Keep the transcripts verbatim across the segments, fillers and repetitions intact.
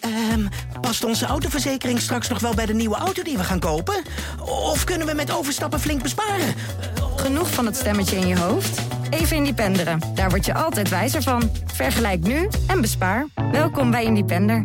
Um, past onze autoverzekering straks nog wel bij de nieuwe auto die we gaan kopen? Of kunnen we met overstappen flink besparen? Genoeg van het stemmetje in je hoofd? Even Independeren. Daar word je altijd wijzer van. Vergelijk nu en bespaar. Welkom bij Independer.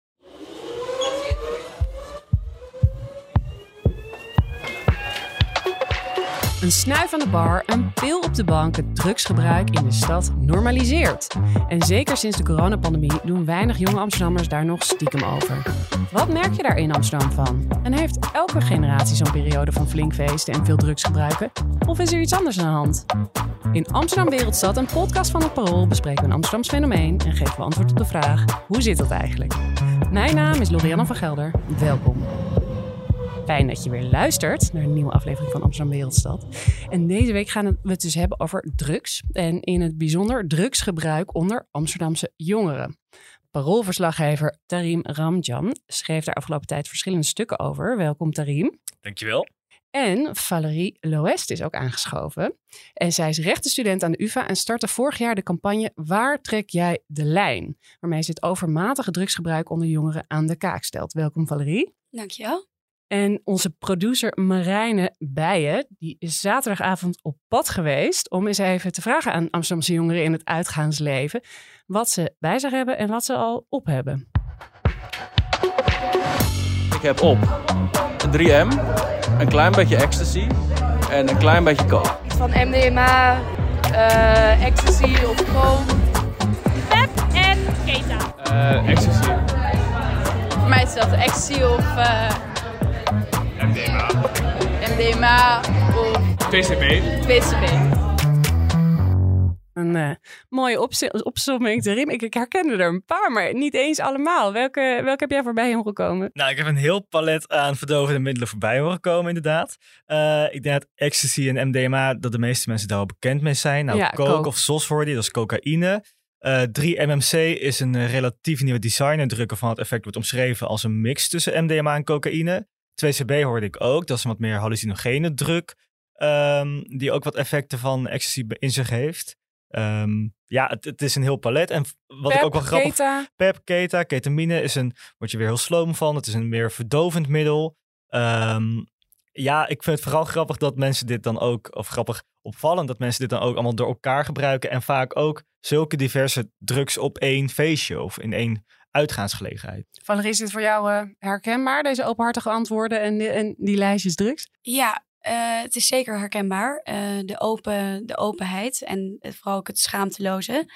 Een snuif aan de bar, een pil op de bank, het drugsgebruik in de stad normaliseert. En zeker sinds de coronapandemie doen weinig jonge Amsterdammers daar nog stiekem over. Wat merk je daar in Amsterdam van? En heeft elke generatie zo'n periode van flink feesten en veel drugs gebruiken? Of is er iets anders aan de hand? In Amsterdam Wereldstad, een podcast van het Parool, bespreken we een Amsterdams fenomeen en geven we antwoord op de vraag: hoe zit dat eigenlijk? Mijn naam is Lorianne van Gelder. Welkom. Fijn dat je weer luistert naar een nieuwe aflevering van Amsterdam Wereldstad. En deze week gaan we het dus hebben over drugs. En in het bijzonder drugsgebruik onder Amsterdamse jongeren. Paroolverslaggever Tarim Ramjan schreef daar afgelopen tijd verschillende stukken over. Welkom Tarim. Dankjewel. En Valerie Loest is ook aangeschoven. En zij is rechtenstudent aan de U vA en startte vorig jaar de campagne Waar trek jij de lijn? Waarmee ze het overmatige drugsgebruik onder jongeren aan de kaak stelt. Welkom Valerie. Dankjewel. En onze producer Marijne Bijen, die is zaterdagavond op pad geweest om eens even te vragen aan Amsterdamse jongeren in het uitgaansleven wat ze bij zich hebben en wat ze al op hebben. Ik heb op een drie M, een klein beetje ecstasy en een klein beetje coke. Iets van M D M A, uh, ecstasy of coke. Pep en keta. Uh, ecstasy. Voor mij is hetzelfde, ecstasy of... Uh, M D M A. M D M A of... twee C B. twee C B. Een uh, mooie opz- opzomming, Tarim. Ik, ik herkende er een paar, maar niet eens allemaal. Welke, welke heb jij voorbij horen komen? Nou, ik heb een heel palet aan verdovende middelen voorbij horen komen, inderdaad. Uh, ik denk dat ecstasy en M D M A, dat de meeste mensen daar al bekend mee zijn. Nou, ja, coke, coke of S O S hoorde je, dat is cocaïne. Uh, drie M M C is een uh, relatief nieuwe designerdruk waarvan het effect wordt omschreven als een mix tussen M D M A en cocaïne. twee C B hoorde ik ook, dat is een wat meer hallucinogene druk, um, die ook wat effecten van ecstasy in zich heeft. Um, ja, het, het is een heel palet. En wat Pep, ik ook wel grappig... keta. Pep, keta, ketamine is een... Word je weer heel sloom van. Het is een meer verdovend middel. Um, ja, ik vind het vooral grappig dat mensen dit dan ook... Of grappig opvallend dat mensen dit dan ook allemaal door elkaar gebruiken. En vaak ook zulke diverse drugs op één feestje of in één uitgaansgelegenheid. Valerie, is dit voor jou uh, herkenbaar, deze openhartige antwoorden en, de, en die lijstjes drugs? Ja, uh, het is zeker herkenbaar. Uh, de, open, de openheid en vooral ook het schaamteloze.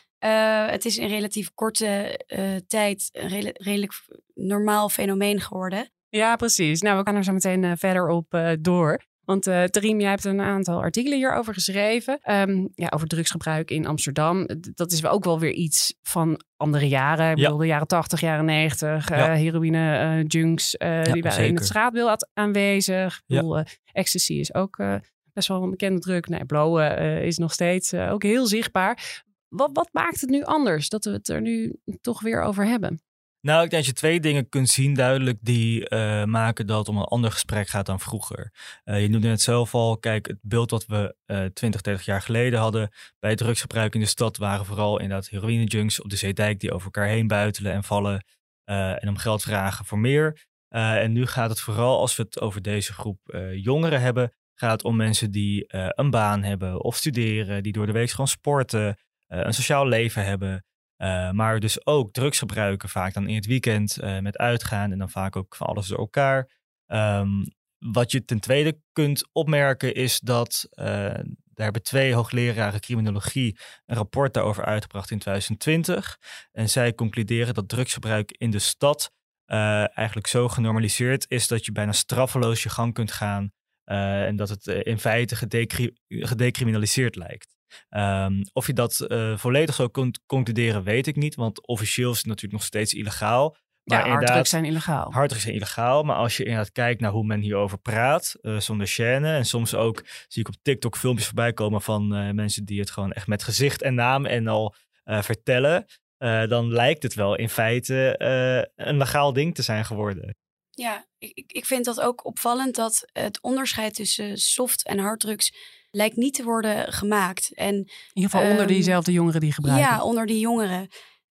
Uh, het is in relatief korte uh, tijd een re- redelijk normaal fenomeen geworden. Ja, precies. Nou, we gaan er zo meteen uh, verder op uh, door. Want uh, Tarim, jij hebt een aantal artikelen hierover geschreven. Um, ja, over drugsgebruik in Amsterdam. Dat is ook wel weer iets van andere jaren. Ik bedoel, ja. De jaren tachtig, jaren negentig. Uh, ja. Heroïne, uh, junks, uh, ja, die waren zeker in het straatbeeld aanwezig. Ik bedoel, ja. uh, ecstasy is ook uh, best wel een bekende druk. Nee, blowen uh, is nog steeds uh, ook heel zichtbaar. Wat, wat maakt het nu anders dat we het er nu toch weer over hebben? Nou, ik denk dat je twee dingen kunt zien duidelijk die uh, maken dat het om een ander gesprek gaat dan vroeger. Uh, je noemde het zelf al, kijk, het beeld dat we uh, twintig, dertig jaar geleden hadden bij het drugsgebruik in de stad waren vooral inderdaad heroïnejunks op de Zeedijk die over elkaar heen buitelen en vallen uh, en om geld vragen voor meer. Uh, en nu gaat het vooral, als we het over deze groep uh, jongeren hebben, gaat het om mensen die uh, een baan hebben of studeren, die door de week gewoon sporten, uh, een sociaal leven hebben. Uh, maar dus ook drugs gebruiken, vaak dan in het weekend uh, met uitgaan en dan vaak ook van alles door elkaar. Um, wat je ten tweede kunt opmerken is dat, uh, daar hebben twee hoogleraren criminologie een rapport daarover uitgebracht in twintig twintig. En zij concluderen dat drugsgebruik in de stad uh, eigenlijk zo genormaliseerd is dat je bijna straffeloos je gang kunt gaan uh, en dat het uh, in feite gedecri- gedecriminaliseerd lijkt. Um, of je dat uh, volledig zo kunt concluderen, weet ik niet. Want officieel is het natuurlijk nog steeds illegaal. Maar ja, harddrugs zijn illegaal. Harddrugs zijn illegaal. Maar als je inderdaad kijkt naar hoe men hierover praat, uh, zonder gêne. En soms ook zie ik op TikTok filmpjes voorbij komen van uh, mensen die het gewoon echt met gezicht en naam en al uh, vertellen. Uh, dan lijkt het wel in feite uh, een legaal ding te zijn geworden. Ja, ik, ik vind dat ook opvallend dat het onderscheid tussen soft en harddrugs lijkt niet te worden gemaakt. En, in ieder geval um, onder diezelfde jongeren die gebruiken. Ja, onder die jongeren.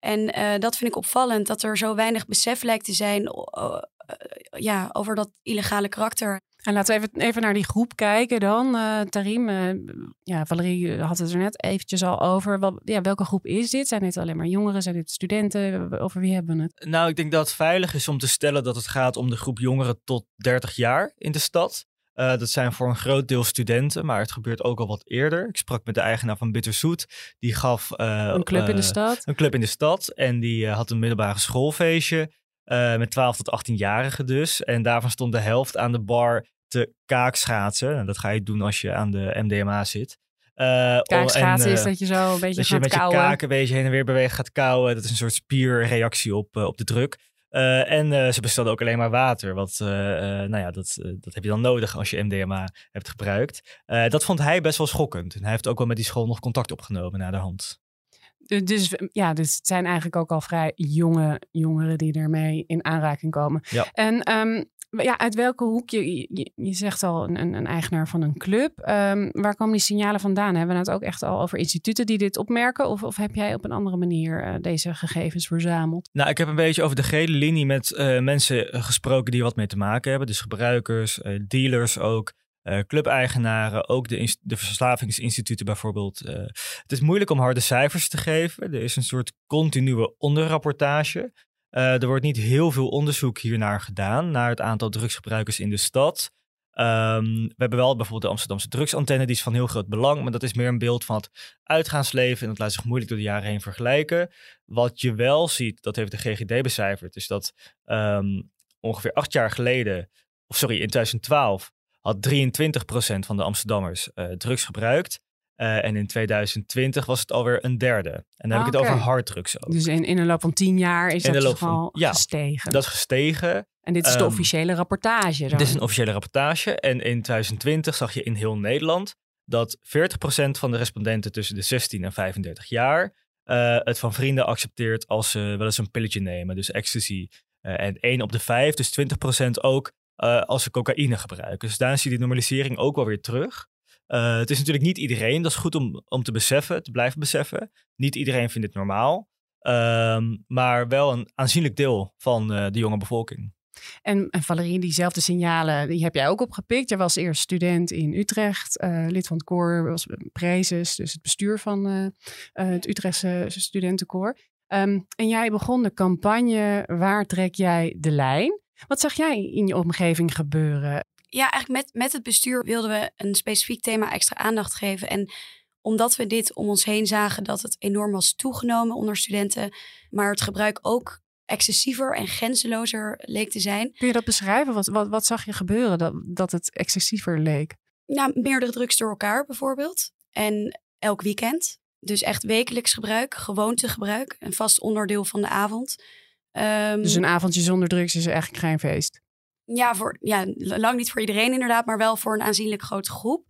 En uh, dat vind ik opvallend, dat er zo weinig besef lijkt te zijn uh, uh, ja, over dat illegale karakter. En laten we even, even naar die groep kijken dan. Uh, Tarim, uh, ja, Valerie had het er net eventjes al over. Wel, ja, welke groep is dit? Zijn dit alleen maar jongeren? Zijn dit studenten? Over wie hebben we het? Nou, ik denk dat het veilig is om te stellen dat het gaat om de groep jongeren tot dertig jaar in de stad. Uh, dat zijn voor een groot deel studenten, maar het gebeurt ook al wat eerder. Ik sprak met de eigenaar van Bitterzoet. Die gaf uh, een club uh, in de stad. Een club in de stad. En die uh, had een middelbare schoolfeestje uh, met twaalf tot achttienjarigen dus. En daarvan stond de helft aan de bar te kaakschaatsen. Nou, dat ga je doen als je aan de M D M A zit. Uh, Kaakschaatsen en, uh, is dat je zo een beetje dat gaat je met kauwen. je kaken een beetje heen en weer bewegen gaat kauwen. Dat is een soort spierreactie op, uh, op de druk. Uh, en uh, ze bestelden ook alleen maar water. Wat, uh, uh, nou ja, dat, uh, dat heb je dan nodig als je M D M A hebt gebruikt. Uh, dat vond hij best wel schokkend. En hij heeft ook wel met die school nog contact opgenomen na de hand. Dus ja, dus het zijn eigenlijk ook al vrij jonge jongeren die ermee in aanraking komen. Ja. En um, ja, uit welke hoek, je, je, je zegt al een, een eigenaar van een club. Um, waar komen die signalen vandaan? Hebben we het ook echt al over instituten die dit opmerken? Of, of heb jij op een andere manier uh, deze gegevens verzameld? Nou, ik heb een beetje over de gele linie met uh, mensen gesproken die er wat mee te maken hebben. Dus gebruikers, uh, dealers ook. Uh, clubeigenaren, ook de, ins- de verslavingsinstituten bijvoorbeeld. Uh, het is moeilijk om harde cijfers te geven. Er is een soort continue onderrapportage. Uh, er wordt niet heel veel onderzoek hiernaar gedaan, naar het aantal drugsgebruikers in de stad. Um, we hebben wel bijvoorbeeld de Amsterdamse drugsantenne, die is van heel groot belang, maar dat is meer een beeld van het uitgaansleven en dat laat zich moeilijk door de jaren heen vergelijken. Wat je wel ziet, dat heeft de G G D becijferd, is dat um, ongeveer acht jaar geleden, of sorry, in twintig twaalf, had drieëntwintig procent van de Amsterdammers uh, drugs gebruikt. Uh, en in twintig twintig was het alweer een derde. En dan ah, heb ik het okay. over harddrugs ook. Dus in, in een loop van tien jaar is in dat toch al ja, gestegen? Dat is gestegen. En dit is de um, officiële rapportage dan? Dit is een officiële rapportage. En in twintig twintig zag je in heel Nederland dat veertig procent van de respondenten tussen de zestien en vijfendertig jaar uh, het van vrienden accepteert als ze wel eens een pilletje nemen. Dus ecstasy. Uh, en één op de vijf, dus twintig procent ook uh, als ze cocaïne gebruiken. Dus daar zie je die normalisering ook wel weer terug. Uh, het is natuurlijk niet iedereen. Dat is goed om, om te beseffen, te blijven beseffen. Niet iedereen vindt het normaal. Um, maar wel een aanzienlijk deel van uh, de jonge bevolking. En, en Valerie, diezelfde signalen, die heb jij ook opgepikt. Je was eerst student in Utrecht, uh, lid van het koor, was Prezes, dus het bestuur van uh, uh, het Utrechtse studentenkoor. Um, en jij begon de campagne Waar trek jij de lijn? Wat zag jij in je omgeving gebeuren? Ja, eigenlijk met, met het bestuur wilden we een specifiek thema extra aandacht geven. En omdat we dit om ons heen zagen dat het enorm was toegenomen onder studenten, maar het gebruik ook excessiever en grenzelozer leek te zijn. Kun je dat beschrijven? Wat, wat, wat zag je gebeuren dat, dat het excessiever leek? Nou, meerdere drugs door elkaar bijvoorbeeld. En elk weekend. Dus echt wekelijks gebruik, gewoontegebruik. Een vast onderdeel van de avond. Um, dus een avondje zonder drugs is eigenlijk geen feest? Ja, voor, ja, lang niet voor iedereen inderdaad, maar wel voor een aanzienlijk grote groep.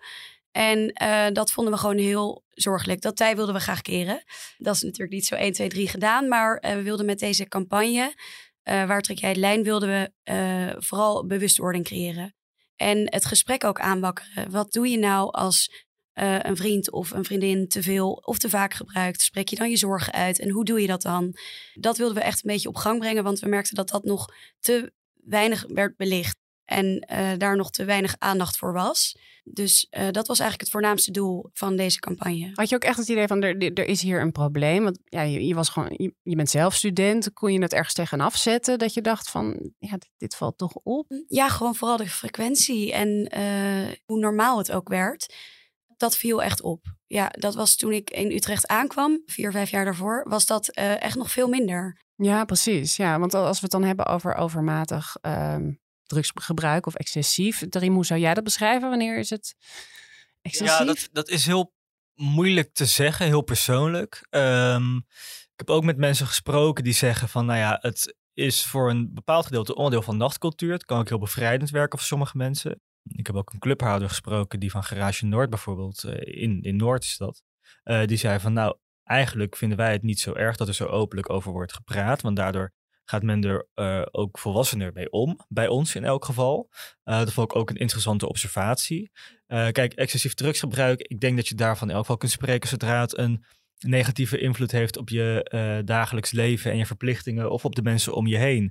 En uh, dat vonden we gewoon heel zorgelijk. Dat tij wilden we graag keren. Dat is natuurlijk niet zo één, twee, drie gedaan. Maar uh, we wilden met deze campagne, uh, Waar trek jij de lijn, wilden we uh, vooral bewustwording creëren. En het gesprek ook aanwakkeren. Wat doe je nou als uh, een vriend of een vriendin te veel of te vaak gebruikt? Spreek je dan je zorgen uit? En hoe doe je dat dan? Dat wilden we echt een beetje op gang brengen. Want we merkten dat dat nog te weinig werd belicht. En uh, daar nog te weinig aandacht voor was. Dus uh, dat was eigenlijk het voornaamste doel van deze campagne. Had je ook echt het idee van, er, er is hier een probleem? Want ja, je, je, was gewoon, je, je bent zelf student. Kon je het ergens tegenaf zetten? Dat je dacht van, ja, dit, dit valt toch op? Ja, gewoon vooral de frequentie. En uh, hoe normaal het ook werd. Dat viel echt op. Ja, dat was toen ik in Utrecht aankwam. Vier, vijf jaar daarvoor. Was dat uh, echt nog veel minder. Ja, precies. Ja, want als we het dan hebben over overmatig Um... drugsgebruik of excessief. Tarim, hoe zou jij dat beschrijven? Wanneer is het excessief? Ja, dat, dat is heel moeilijk te zeggen, heel persoonlijk. Um, ik heb ook met mensen gesproken die zeggen van, nou ja, het is voor een bepaald gedeelte onderdeel van nachtcultuur. Het kan ook heel bevrijdend werken voor sommige mensen. Ik heb ook een clubhouder gesproken die van Garage Noord bijvoorbeeld, in, in Noord is dat. Uh, die zei van, nou, eigenlijk vinden wij het niet zo erg dat er zo openlijk over wordt gepraat, want daardoor gaat men er uh, ook volwassener mee om. Bij ons in elk geval. Uh, dat vond ik ook een interessante observatie. Uh, kijk, excessief drugsgebruik. Ik denk dat je daarvan in elk geval kunt spreken zodra het een negatieve invloed heeft op je uh, dagelijks leven en je verplichtingen of op de mensen om je heen?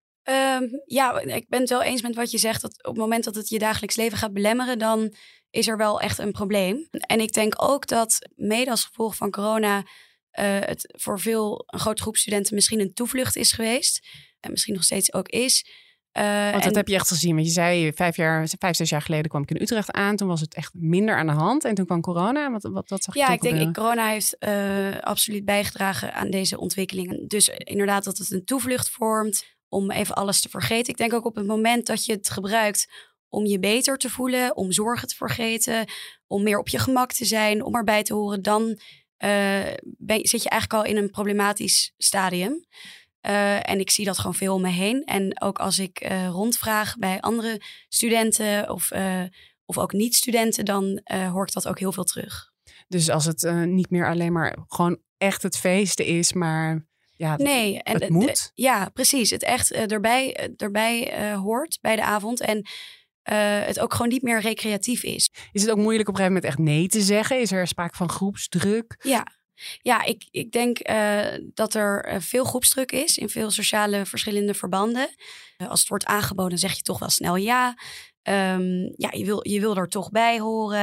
Um, ja, ik ben het wel eens met wat je zegt. Dat op het moment dat het je dagelijks leven gaat belemmeren, dan is er wel echt een probleem. En ik denk ook dat mede als gevolg van corona uh, het voor veel, een grote groep studenten misschien een toevlucht is geweest. En misschien nog steeds ook is. Uh, Want dat en... heb je echt gezien. Want je zei vijf, jaar, vijf, zes jaar geleden kwam ik in Utrecht aan. Toen was het echt minder aan de hand. En toen kwam corona. Wat, wat, wat zag je Ja, toen ik denk gebeuren? ik, corona heeft uh, absoluut bijgedragen aan deze ontwikkelingen. Dus inderdaad dat het een toevlucht vormt om even alles te vergeten. Ik denk ook op het moment dat je het gebruikt om je beter te voelen, om zorgen te vergeten, om meer op je gemak te zijn, om erbij te horen, dan uh, ben, zit je eigenlijk al in een problematisch stadium. Uh, en ik zie dat gewoon veel om me heen. En ook als ik uh, rondvraag bij andere studenten of, uh, of ook niet-studenten, dan uh, hoor ik dat ook heel veel terug. Dus als het uh, niet meer alleen maar gewoon echt het feesten is, maar ja, nee, en het moet. D- ja, precies. Het echt uh, erbij, uh, erbij uh, hoort bij de avond. En uh, het ook gewoon niet meer recreatief is. Is het ook moeilijk op een gegeven moment echt nee te zeggen? Is er sprake van groepsdruk? Ja. Ja, ik, ik denk uh, dat er uh, veel groepsdruk is in veel sociale verschillende verbanden. Uh, als het wordt aangeboden, zeg je toch wel snel ja. Um, ja, je wil, je wil er toch bij horen.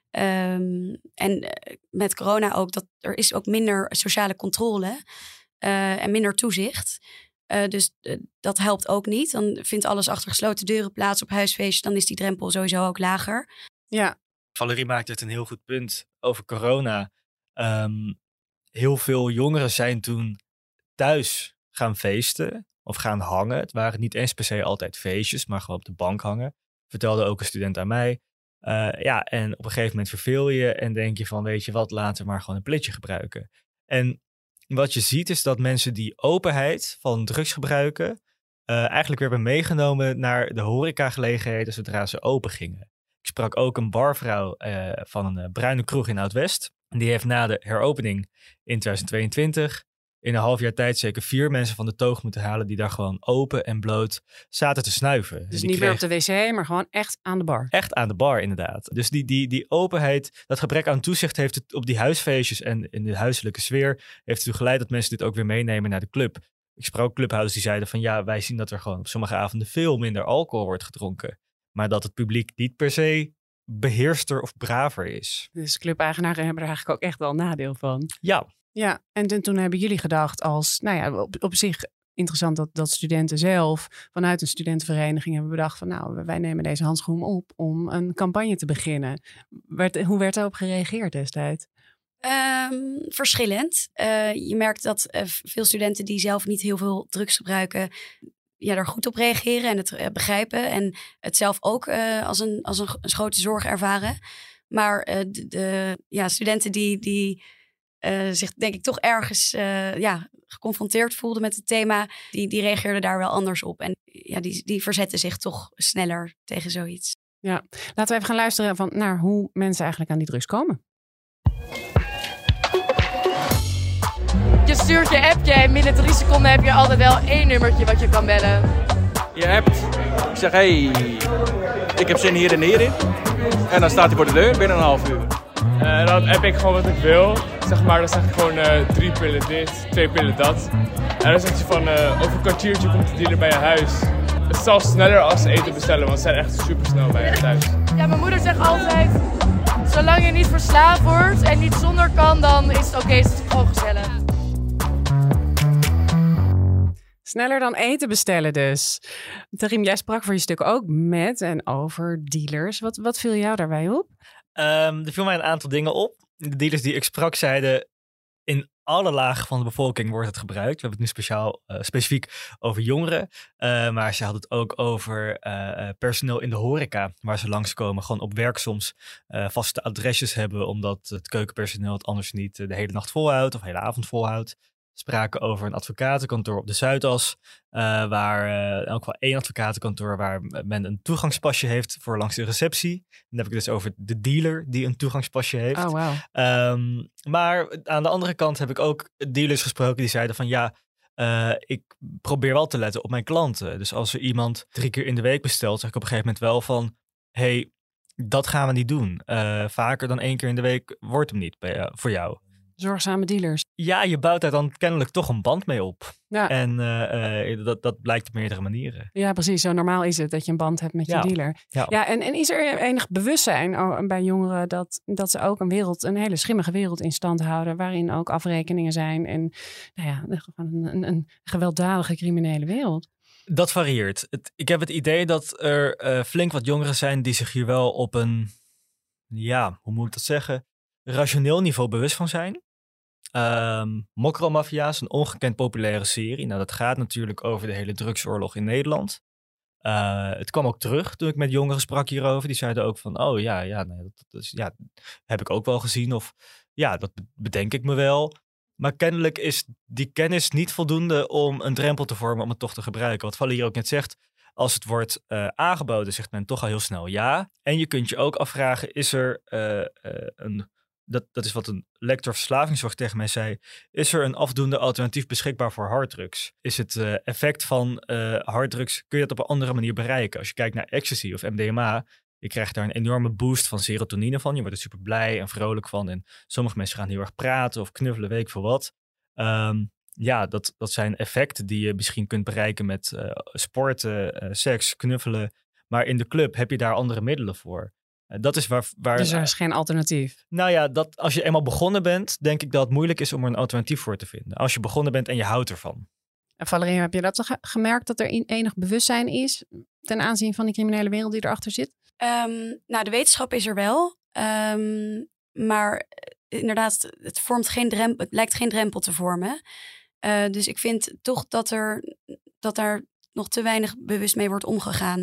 Um, en uh, met corona ook, dat er is ook minder sociale controle uh, en minder toezicht. Uh, dus uh, dat helpt ook niet. Dan vindt alles achter gesloten deuren plaats op huisfeestjes. Dan is die drempel sowieso ook lager. Ja. Valerie maakt het een heel goed punt over corona. Um, heel veel jongeren zijn toen thuis gaan feesten of gaan hangen. Het waren niet eens per se altijd feestjes, maar gewoon op de bank hangen. Vertelde ook een student aan mij. Uh, ja, en op een gegeven moment verveel je en denk je van, weet je wat, laten we maar gewoon een plitje gebruiken. En wat je ziet is dat mensen die openheid van drugs gebruiken uh, eigenlijk weer hebben meegenomen naar de horecagelegenheden zodra ze open gingen. Ik sprak ook een barvrouw uh, van een uh, bruine kroeg in Oud-West. En die heeft na de heropening in twintig tweeëntwintig in een half jaar tijd zeker vier mensen van de toog moeten halen die daar gewoon open en bloot zaten te snuiven. Dus niet meer op de wc, maar gewoon echt aan de bar. Echt aan de bar, inderdaad. Dus die, die, die openheid, dat gebrek aan toezicht heeft het op die huisfeestjes en in de huiselijke sfeer heeft ertoe geleid dat mensen dit ook weer meenemen naar de club. Ik sprak ook clubhouders die zeiden van ja, wij zien dat er gewoon op sommige avonden veel minder alcohol wordt gedronken. Maar dat het publiek niet per se beheerster of braver is. Dus clubeigenaren hebben er eigenlijk ook echt wel een nadeel van. Ja. Ja, en toen, toen hebben jullie gedacht als, nou ja, op, op zich interessant dat, dat studenten zelf vanuit een studentenvereniging hebben bedacht van nou, wij nemen deze handschoen op om een campagne te beginnen. Werd, hoe werd daarop gereageerd destijds? Um, verschillend. Uh, je merkt dat uh, veel studenten die zelf niet heel veel drugs gebruiken, ja, daar goed op reageren en het uh, begrijpen. En het zelf ook uh, als, een, als een, een grote zorg ervaren. Maar uh, de, de ja, studenten die, die uh, zich denk ik toch ergens uh, ja, geconfronteerd voelden met het thema, die, die reageerden daar wel anders op. En ja, die, die verzetten zich toch sneller tegen zoiets. Ja, laten we even gaan luisteren van, naar hoe mensen eigenlijk aan die drugs komen. Je stuurt je appje en binnen drie seconden heb je altijd wel één nummertje wat je kan bellen. Je appt. Ik zeg, hé, hey, ik heb zin hier en hierin. En dan staat hij voor de deur binnen een half uur. Uh, dan app ik gewoon wat ik wil. Zeg maar, dan zeg ik gewoon uh, drie pillen dit, twee pillen dat. En dan zegt ze van, uh, over een kwartiertje komt de dealer bij je huis. Het is zelfs sneller als ze eten bestellen, want ze zijn echt super snel bij je thuis. Ja, mijn moeder zegt altijd, zolang je niet verslaafd wordt en niet zonder kan, dan is het oké, okay, is het gewoon gezellig. Sneller dan eten bestellen dus. Tarim, jij sprak voor je stuk ook met en over dealers. Wat, wat viel jou daarbij op? Um, er viel mij een aantal dingen op. De dealers die ik sprak zeiden, in alle lagen van de bevolking wordt het gebruikt. We hebben het nu speciaal, uh, specifiek over jongeren. Uh, maar ze hadden het ook over uh, personeel in de horeca, waar ze langskomen. Gewoon op werk soms uh, vaste adresjes hebben, omdat het keukenpersoneel het anders niet uh, de hele nacht volhoudt of de hele avond volhoudt. Spraken over een advocatenkantoor op de Zuidas, uh, waar uh, in elk geval één advocatenkantoor waar men een toegangspasje heeft voor langs de receptie. Dan heb ik het dus over de dealer die een toegangspasje heeft. Oh, wow. Um, maar aan de andere kant heb ik ook dealers gesproken die zeiden van ja, uh, ik probeer wel te letten op mijn klanten. Dus als er iemand drie keer in de week bestelt, zeg ik op een gegeven moment wel van, hey, dat gaan we niet doen. Uh, vaker dan één keer in de week wordt hem niet bij, uh, voor jou. Zorgzame dealers. Ja, je bouwt daar dan kennelijk toch een band mee op. Ja. En uh, uh, dat, dat blijkt op meerdere manieren. Ja, precies. Zo normaal is het dat je een band hebt met je ja. dealer. Ja, ja en, en is er enig bewustzijn bij jongeren dat, dat ze ook een wereld, een hele schimmige wereld in stand houden, waarin ook afrekeningen zijn en nou ja, een, een, een gewelddadige criminele wereld? Dat varieert. Het, ik heb het idee dat er uh, flink wat jongeren zijn die zich hier wel op een, ja, hoe moet ik dat zeggen, rationeel niveau bewust van zijn. Um, Mokromafia is een ongekend populaire serie. Nou, dat gaat natuurlijk over de hele drugsoorlog in Nederland. Uh, het kwam ook terug toen ik met jongeren sprak hierover. Die zeiden ook van, oh ja, ja, nee, dat, dat is, ja, heb ik ook wel gezien. Of ja, dat bedenk ik me wel. Maar kennelijk is die kennis niet voldoende om een drempel te vormen om het toch te gebruiken. Wat Valerie hier ook net zegt, als het wordt uh, aangeboden, zegt men toch al heel snel ja. En je kunt je ook afvragen, is er uh, uh, een... Dat, dat is wat een lector verslavingszorg tegen mij zei. Is er een afdoende alternatief beschikbaar voor harddrugs? Is het uh, effect van uh, harddrugs, kun je dat op een andere manier bereiken? Als je kijkt naar ecstasy of M D M A, je krijgt daar een enorme boost van serotonine van. Je wordt er super blij en vrolijk van. En sommige mensen gaan heel erg praten of knuffelen, weet ik veel wat. Um, ja, dat, dat zijn effecten die je misschien kunt bereiken met uh, sporten, uh, seks, knuffelen. Maar in de club heb je daar andere middelen voor. Uh, dat is waar, waar... Dus er is geen alternatief? Nou ja, dat, als je eenmaal begonnen bent, denk ik dat het moeilijk is om er een alternatief voor te vinden. Als je begonnen bent en je houdt ervan. En Valerie, heb je dat toch gemerkt dat er enig bewustzijn is ten aanzien van die criminele wereld die erachter zit? Um, nou, de wetenschap is er wel. Um, maar inderdaad, het, vormt geen drempel, het lijkt geen drempel te vormen. Uh, dus ik vind toch dat, er, dat daar nog te weinig bewust mee wordt omgegaan.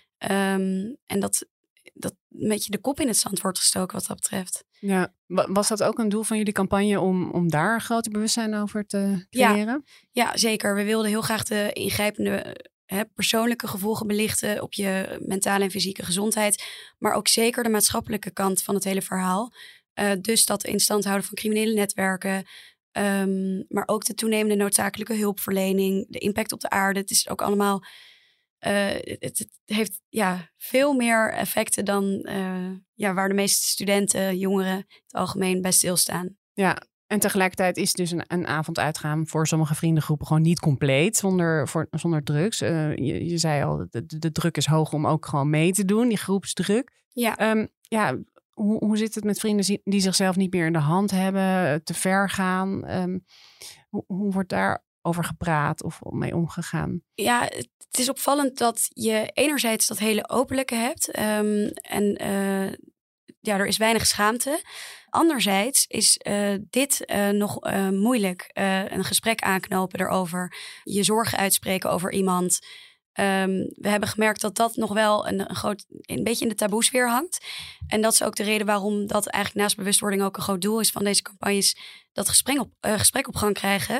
Um, en dat, dat een beetje de kop in het zand wordt gestoken wat dat betreft. Ja, was dat ook een doel van jullie campagne om, om daar groter bewustzijn over te creëren? Ja, ja, zeker. We wilden heel graag de ingrijpende hè, persoonlijke gevolgen belichten op je mentale en fysieke gezondheid. Maar ook zeker de maatschappelijke kant van het hele verhaal. Uh, dus dat in stand houden van criminele netwerken. Um, maar ook de toenemende noodzakelijke hulpverlening. De impact op de aarde. Het is ook allemaal... Uh, het, het heeft ja, veel meer effecten dan uh, ja, waar de meeste studenten, jongeren, in het algemeen bij stilstaan. Ja, en tegelijkertijd is dus een, een avond uitgaan voor sommige vriendengroepen gewoon niet compleet zonder, voor, zonder drugs. Uh, je, je zei al, de, de, de druk is hoog om ook gewoon mee te doen, die groepsdruk. Ja, um, ja hoe, hoe zit het met vrienden die zichzelf niet meer in de hand hebben, te ver gaan? Um, hoe, hoe wordt daar over gepraat of mee omgegaan? Ja, het is opvallend dat je enerzijds dat hele openlijke hebt. Um, en uh, ja, er is weinig schaamte. Anderzijds is uh, dit uh, nog uh, moeilijk. Uh, een gesprek aanknopen erover. Je zorgen uitspreken over iemand. Um, we hebben gemerkt dat dat nog wel een, een, groot, een beetje in de taboesfeer hangt. En dat is ook de reden waarom dat eigenlijk naast bewustwording ook een groot doel is van deze campagnes. Dat gesprek op, uh, gesprek op gang krijgen.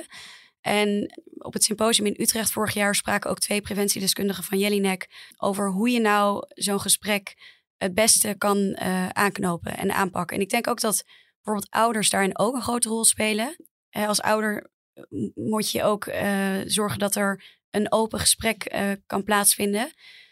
En op het symposium in Utrecht vorig jaar spraken ook twee preventiedeskundigen van Jelinek over hoe je nou zo'n gesprek het beste kan uh, aanknopen en aanpakken. En ik denk ook dat bijvoorbeeld ouders daarin ook een grote rol spelen. Uh, als ouder moet je ook uh, zorgen dat er een open gesprek uh, kan plaatsvinden.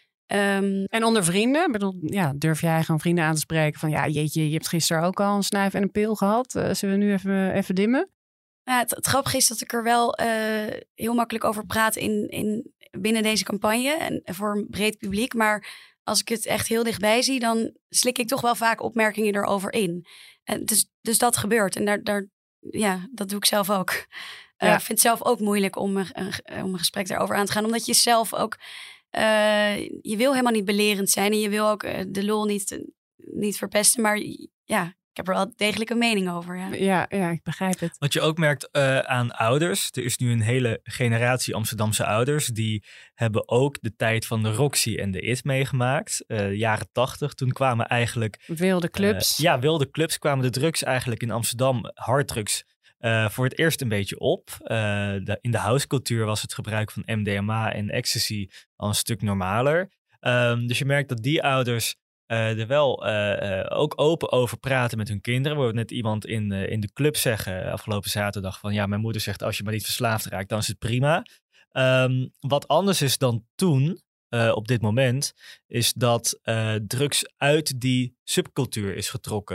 Um, en onder vrienden? Ik bedoel, ja, durf jij gewoon vrienden aan te spreken van ja, jeetje, je hebt gisteren ook al een snuif en een pil gehad. Uh, zullen we nu even, even dimmen? Ja, het, het grappige is dat ik er wel uh, heel makkelijk over praat in, in, binnen deze campagne en voor een breed publiek. Maar als ik het echt heel dichtbij zie, dan slik ik toch wel vaak opmerkingen erover in. En dus, dus dat gebeurt. En daar, daar, ja, dat doe ik zelf ook. Ik uh, ja. vind het zelf ook moeilijk om een, een, om een gesprek daarover aan te gaan. Omdat je zelf ook... Uh, je wil helemaal niet belerend zijn. En je wil ook uh, de lol niet, niet verpesten. Maar ja... Ik heb er wel degelijk een mening over. Ja, ja, ja ik begrijp het. Wat je ook merkt uh, aan ouders. Er is nu een hele generatie Amsterdamse ouders. Die hebben ook de tijd van de Roxy en de I T meegemaakt. Uh, jaren tachtig. Toen kwamen eigenlijk... Wilde clubs. Uh, ja, wilde clubs kwamen de drugs eigenlijk in Amsterdam. Harddrugs. Uh, voor het eerst een beetje op. Uh, de, in de housecultuur was het gebruik van M D M A en ecstasy al een stuk normaler. Um, dus je merkt dat die ouders... Uh, er wel uh, uh, ook open over praten met hun kinderen. We hoorden net iemand in, uh, in de club zeggen afgelopen zaterdag van ja, mijn moeder zegt als je maar niet verslaafd raakt, dan is het prima. Um, wat anders is dan toen, uh, op dit moment, is dat uh, drugs uit die subcultuur is getrokken.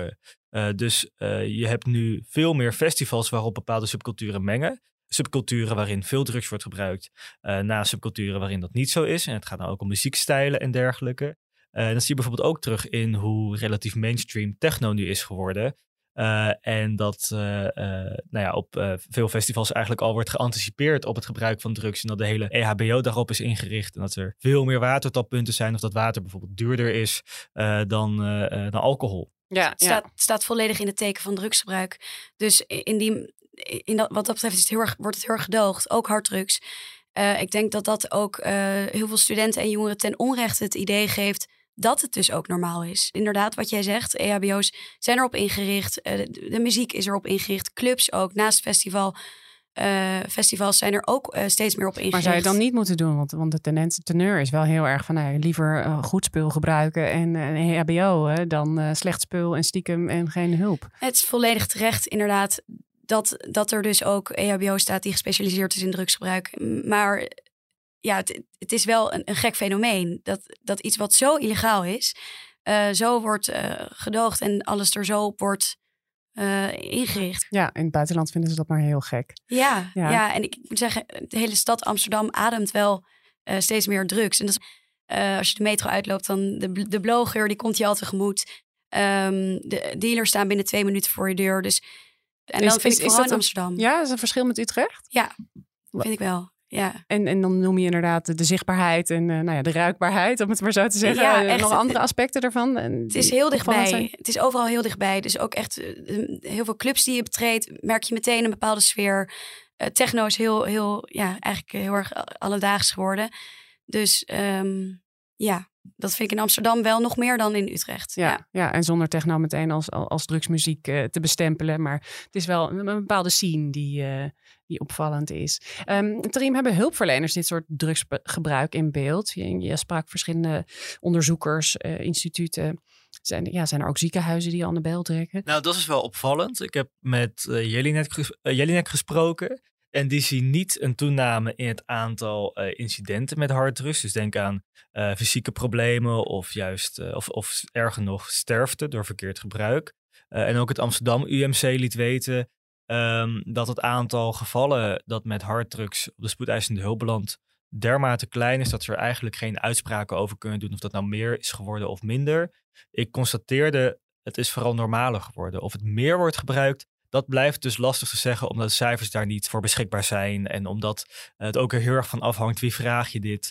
Uh, dus uh, je hebt nu veel meer festivals waarop bepaalde subculturen mengen. Subculturen waarin veel drugs wordt gebruikt, uh, na subculturen waarin dat niet zo is. En het gaat nou ook om muziekstijlen en dergelijke. Uh, dan zie je bijvoorbeeld ook terug in hoe relatief mainstream techno nu is geworden. Uh, en dat uh, uh, nou ja, op uh, veel festivals eigenlijk al wordt geanticipeerd op het gebruik van drugs. En dat de hele E H B O daarop is ingericht. En dat er veel meer watertappunten zijn. Of dat water bijvoorbeeld duurder is uh, dan, uh, uh, dan alcohol. Ja, het staat, ja. staat volledig in het teken van drugsgebruik. Dus in die, in dat, wat dat betreft is het heel erg, wordt het heel erg gedoogd. Ook harddrugs. Uh, ik denk dat dat ook uh, heel veel studenten en jongeren ten onrechte het idee geeft dat het dus ook normaal is. Inderdaad, wat jij zegt, E H B O's zijn erop ingericht. Uh, de, de muziek is erop ingericht. Clubs ook, naast festival. Uh, festivals zijn er ook uh, steeds meer op ingericht. Maar zou je het dan niet moeten doen? Want, want de tendens, teneur is wel heel erg van nou, liever uh, goed spul gebruiken en een uh, E H B O hè, dan uh, slecht spul en stiekem en geen hulp. Het is volledig terecht inderdaad dat, dat er dus ook E H B O staat die gespecialiseerd is in drugsgebruik. Maar ja, het, het is wel een, een gek fenomeen. Dat, dat iets wat zo illegaal is, uh, zo wordt uh, gedoogd en alles er zo op wordt uh, ingericht. Ja, in het buitenland vinden ze dat maar heel gek. Ja, ja. ja en ik moet zeggen, de hele stad Amsterdam ademt wel uh, steeds meer drugs. En dat is, uh, als je de metro uitloopt, dan de, de blowgeur, die komt je al tegemoet. Um, de dealers staan binnen twee minuten voor je deur. Dus, en dan is, vind is, ik vooral in Amsterdam. Een, ja, is een verschil met Utrecht? Ja, vind ik wel. Ja. En, en dan noem je inderdaad de, de zichtbaarheid en uh, nou ja, de ruikbaarheid, om het maar zo te zeggen. Ja, uh, echt, nog andere aspecten ervan? Het is heel dichtbij. Het is overal heel dichtbij. Dus ook echt uh, heel veel clubs die je betreedt, merk je meteen een bepaalde sfeer. Uh, techno is heel, heel, ja, eigenlijk heel erg alledaags geworden. Dus um, ja, dat vind ik in Amsterdam wel nog meer dan in Utrecht. Ja, ja. ja en zonder techno meteen als, als drugsmuziek uh, te bestempelen. Maar het is wel een, een bepaalde scene die, uh, die opvallend is. Um, Tarim, hebben hulpverleners dit soort drugsgebruik in beeld? Je, je sprak verschillende onderzoekers, uh, instituten. Zijn, ja, zijn er ook ziekenhuizen die aan de bel trekken? Nou, dat is wel opvallend. Ik heb met uh, Jelinek, ges- uh, Jelinek gesproken. En die zien niet een toename in het aantal uh, incidenten met harddrugs. Dus denk aan uh, fysieke problemen of juist, uh, of, of erger nog, sterfte door verkeerd gebruik. Uh, en ook het Amsterdam U M C liet weten um, dat het aantal gevallen dat met harddrugs op de spoedeisende hulp belandt dermate klein is dat ze er eigenlijk geen uitspraken over kunnen doen of dat nou meer is geworden of minder. Ik constateerde, het is vooral normaler geworden. Of het meer wordt gebruikt, dat blijft dus lastig te zeggen, omdat de cijfers daar niet voor beschikbaar zijn. En omdat het ook er heel erg van afhangt, wie vraag je dit?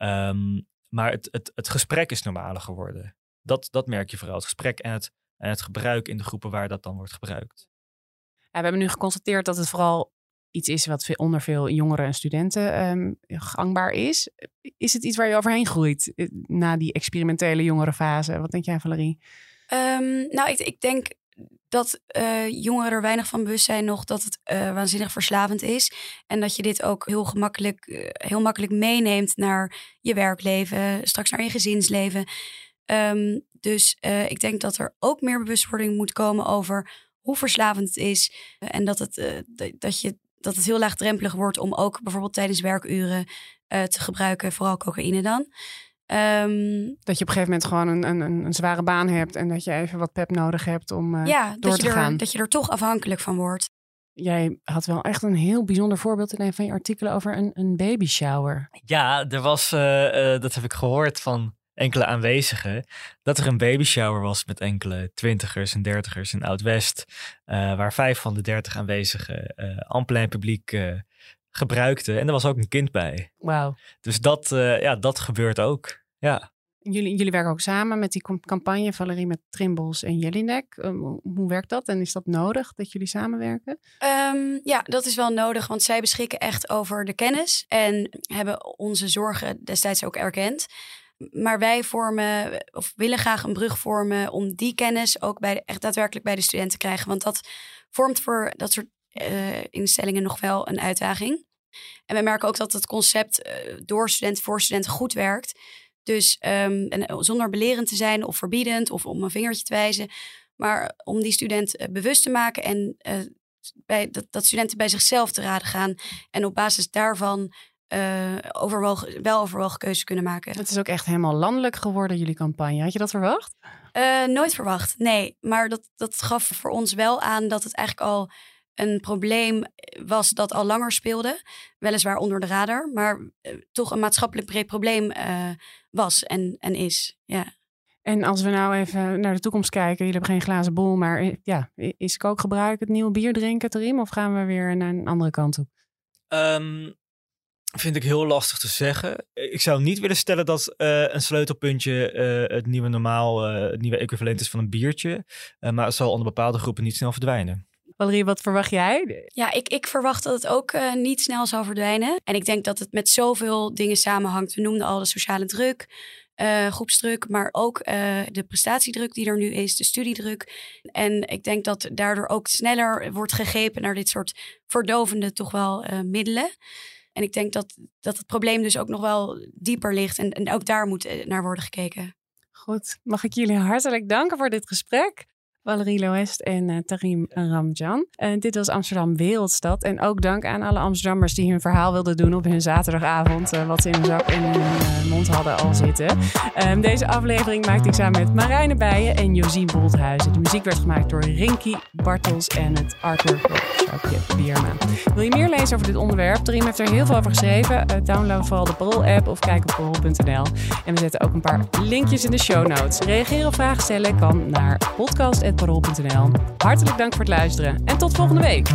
Um, maar het, het, het gesprek is normaler geworden. Dat, dat merk je vooral, het gesprek en het, en het gebruik in de groepen waar dat dan wordt gebruikt. Ja, we hebben nu geconstateerd dat het vooral iets is wat veel, onder veel jongeren en studenten um, gangbaar is. Is het iets waar je overheen groeit na die experimentele jongerenfase? Wat denk jij, Valerie? Um, nou, ik, ik denk dat uh, jongeren er weinig van bewust zijn nog dat het uh, waanzinnig verslavend is. En dat je dit ook heel gemakkelijk, uh, heel makkelijk meeneemt naar je werkleven, straks naar je gezinsleven. Um, dus uh, ik denk dat er ook meer bewustwording moet komen over hoe verslavend het is. Uh, en dat het, uh, d- dat, je, dat het heel laagdrempelig wordt om ook bijvoorbeeld tijdens werkuren uh, te gebruiken, vooral cocaïne dan. Um, dat je op een gegeven moment gewoon een, een, een zware baan hebt en dat je even wat pep nodig hebt om uh, ja, door dat te je er, gaan. dat je er toch afhankelijk van wordt. Jij had wel echt een heel bijzonder voorbeeld in een van je artikelen over een, een baby shower. Ja, er was, uh, uh, dat heb ik gehoord van enkele aanwezigen, dat er een baby shower was met enkele twintigers en dertigers in Oud-West, uh, waar vijf van de dertig aanwezigen uh, en plein publiek uh, gebruikten. En er was ook een kind bij. Wauw. Dus dat, uh, ja, dat gebeurt ook. Ja. Jullie, jullie werken ook samen met die campagne, Valerie, met Trimbos en Jelinek. Um, hoe werkt dat en is dat nodig dat jullie samenwerken? Um, ja, dat is wel nodig, want zij beschikken echt over de kennis en hebben onze zorgen destijds ook erkend. Maar wij vormen, of willen graag een brug vormen om die kennis ook bij de, echt daadwerkelijk bij de studenten te krijgen. Want dat vormt voor dat soort uh, instellingen nog wel een uitdaging. En we merken ook dat het concept uh, door studenten voor studenten goed werkt. Dus um, en zonder belerend te zijn of verbiedend of om een vingertje te wijzen. Maar om die student uh, bewust te maken en uh, bij, dat, dat studenten bij zichzelf te raden gaan. En op basis daarvan uh, overwogen, wel overwogen keuzes kunnen maken. Het is ook echt helemaal landelijk geworden, jullie campagne. Had je dat verwacht? Uh, nooit verwacht, nee. Maar dat, dat gaf voor ons wel aan dat het eigenlijk al een probleem was dat al langer speelde. Weliswaar onder de radar, maar uh, toch een maatschappelijk breed probleem uh, was en, en is. Ja. En als we nou even naar de toekomst kijken, jullie hebben geen glazen bol, maar ja, is kookgebruik het nieuwe bier drinken, Tarim? Of gaan we weer naar een andere kant toe? Um, vind ik heel lastig te zeggen. Ik zou niet willen stellen dat uh, een sleutelpuntje uh, het nieuwe normaal, uh, het nieuwe equivalent is van een biertje. Uh, maar het zal onder bepaalde groepen niet snel verdwijnen. Valerie, wat verwacht jij? Ja, ik, ik verwacht dat het ook uh, niet snel zal verdwijnen. En ik denk dat het met zoveel dingen samenhangt. We noemden al de sociale druk, uh, groepsdruk, maar ook uh, de prestatiedruk die er nu is, de studiedruk. En ik denk dat daardoor ook sneller wordt gegrepen naar dit soort verdovende toch wel uh, middelen. En ik denk dat, dat het probleem dus ook nog wel dieper ligt en, en ook daar moet naar worden gekeken. Goed, mag ik jullie hartelijk danken voor dit gesprek. Valerie Loest en uh, Tarim Ramjan. Uh, dit was Amsterdam Wereldstad. En ook dank aan alle Amsterdammers die hun verhaal wilden doen op hun zaterdagavond. Uh, wat ze in hun zak en in hun uh, mond hadden al zitten. Um, deze aflevering maakte ik samen met Marijne Bijen en Josien Bolthuizen. De muziek werd gemaakt door Rinky Bartels en het artwork door Sjoukje Bierma. Wil je meer lezen over dit onderwerp? Tarim heeft er heel veel over geschreven. Uh, download vooral de Parool-app of kijk op parool punt n l. En we zetten ook een paar linkjes in de show notes. Reageren of vragen stellen kan naar podcast punt parool punt n l. Hartelijk dank voor het luisteren en tot volgende week.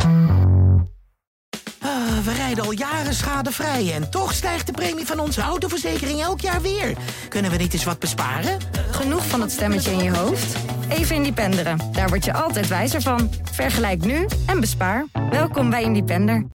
Uh, we rijden al jaren schadevrij en toch stijgt de premie van onze autoverzekering elk jaar weer. Kunnen we niet eens wat besparen? Genoeg van het stemmetje in je hoofd? Even Independeren. Daar word je altijd wijzer van. Vergelijk nu en bespaar. Welkom bij Independer.